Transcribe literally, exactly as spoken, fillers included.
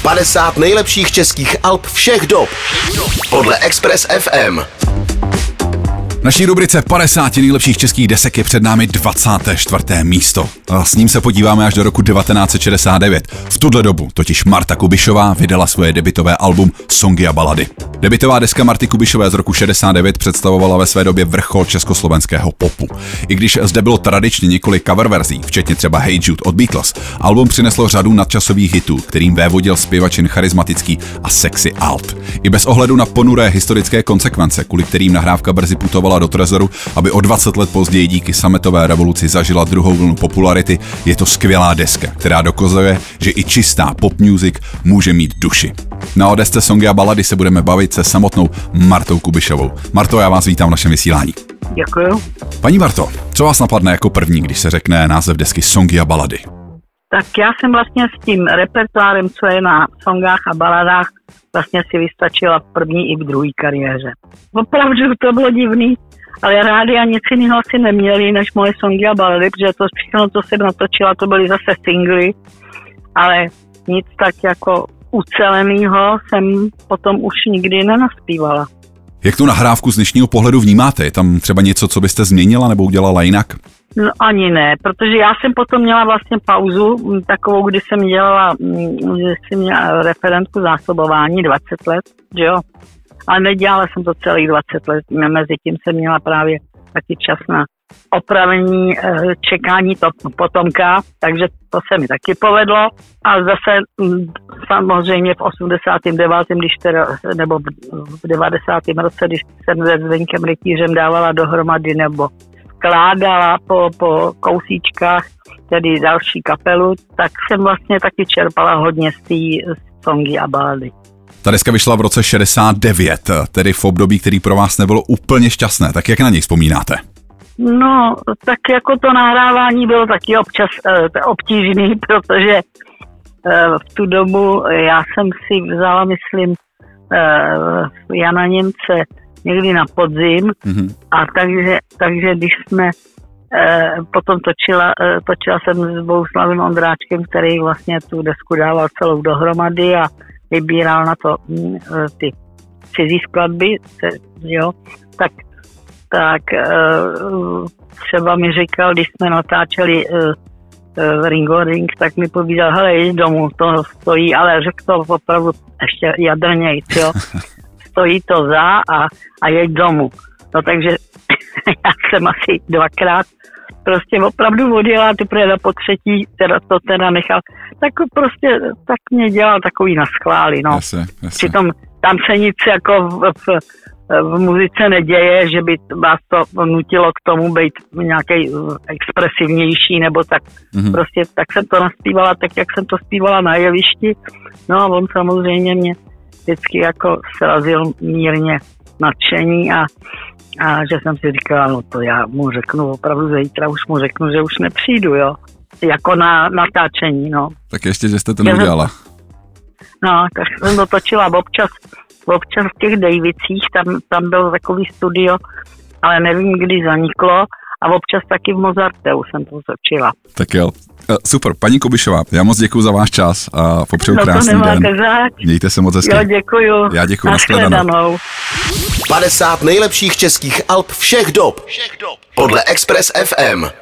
padesát nejlepších českých alb všech dob podle Express F M. V naší rubrice padesát nejlepších českých desek je před námi dvacáté čtvrté místo. A s ním se podíváme až do roku devatenáct set šedesát devět. V tuhle dobu totiž Marta Kubišová vydala svoje debutové album Songy a balady. Debutová deska Marty Kubišové z roku šedesát devět představovala ve své době vrchol československého popu. I když zde bylo tradičně několik cover verzí, včetně třeba Hey Jude od Beatles, album přineslo řadu nadčasových hitů, kterým vévodil zpěvačin charismatický a sexy alt. I bez ohledu na ponuré historické konsekvence, kvůli kterým nahrávka brzy putovala do trezoru, aby o dvacet let později díky sametové revoluci zažila druhou vlnu popularity, je to skvělá deska, která dokazuje, že i čistá pop music může mít duši. Na o desce Songy a balady se budeme bavit se samotnou Martou Kubišovou. Marto, já vás vítám v našem vysílání. Děkuju. Paní Marto, co vás napadne jako první, když se řekne název desky Songy a balady? Tak já jsem vlastně s tím repertoárem, co je na songách a baladách, vlastně si vystačila v první i v druhé kariéře. Opravdu to bylo divný, ale rádia nic jiného asi neměli než moje songy a balady, protože to všechno, co jsem natočila, to byly zase singly, ale nic tak jako ucelenýho jsem potom už nikdy nenaspívala. Jak tu nahrávku z dnešního pohledu vnímáte? Je tam třeba něco, co byste změnila nebo udělala jinak? No ani ne, protože já jsem potom měla vlastně pauzu, takovou, kdy jsem dělala, že jsem měla referentku zásobování dvacet let, že jo, ale nedělala jsem to celých dvacet let, mezi tím jsem měla právě taky čas na opravení, čekání to potomka, takže to se mi taky povedlo a zase samozřejmě v osmdesátém devátém když teda, nebo v devadesátém roce, když jsem se Zdeňkem Rytířem dávala dohromady nebo skládala po, po kousíčkách, tedy další kapelu, tak jsem vlastně taky čerpala hodně z té songy a balady. Ta deska vyšla v roce šedesát devět, tedy v období, který pro vás nebylo úplně šťastné. Tak jak na něj vzpomínáte? No, tak jako to nahrávání bylo taky občas e, obtížný, protože e, v tu dobu já jsem si vzala, myslím, e, Jana Němce někdy na podzim, mm-hmm. a takže, takže když jsme e, potom točila, e, točila jsem s Bohuslavem Ondráčkem, který vlastně tu desku dával celou dohromady a vybíral na to e, ty cizí skladby, jo, tak tak uh, třeba mi říkal, když jsme natáčeli uh, uh, Ringo Ring, tak mi povídal, hele, jdi domů, to stojí, ale řekl to opravdu ještě jadrnějc, jo, stojí to za a, a jeď domů. No takže já jsem asi dvakrát prostě opravdu odjela, teprve na potřetí teda to teda nechal, tak prostě tak mě dělal takový naschvály, no. Jasne, jasne. Přitom tam se nic jako v, v v muzice neděje, že by vás to nutilo k tomu být nějaký expresivnější nebo tak. Mm-hmm. Prostě tak jsem to naspívala tak, jak jsem to zpívala na jevišti. No a on samozřejmě mě vždycky jako srazil mírně nadšení a, a že jsem si říkala, no to já mu řeknu opravdu zítra, už mu řeknu, že už nepřijdu, jo. Jako na natáčení, no. Tak ještě, že jste to neudělala. No, tak jsem to točila občas občas v těch Davicích, tam, tam byl takový studio, ale nevím, kdy zaniklo a občas taky v Mozarteu jsem to točila. Tak jo, super, paní Kubišová, já moc děkuji za váš čas a popřeju no krásný den. Zač. Mějte se moc hezky. Jo, děkuju. Já děkuji, nashledanou. padesát nejlepších českých alb všech dob podle Express F M.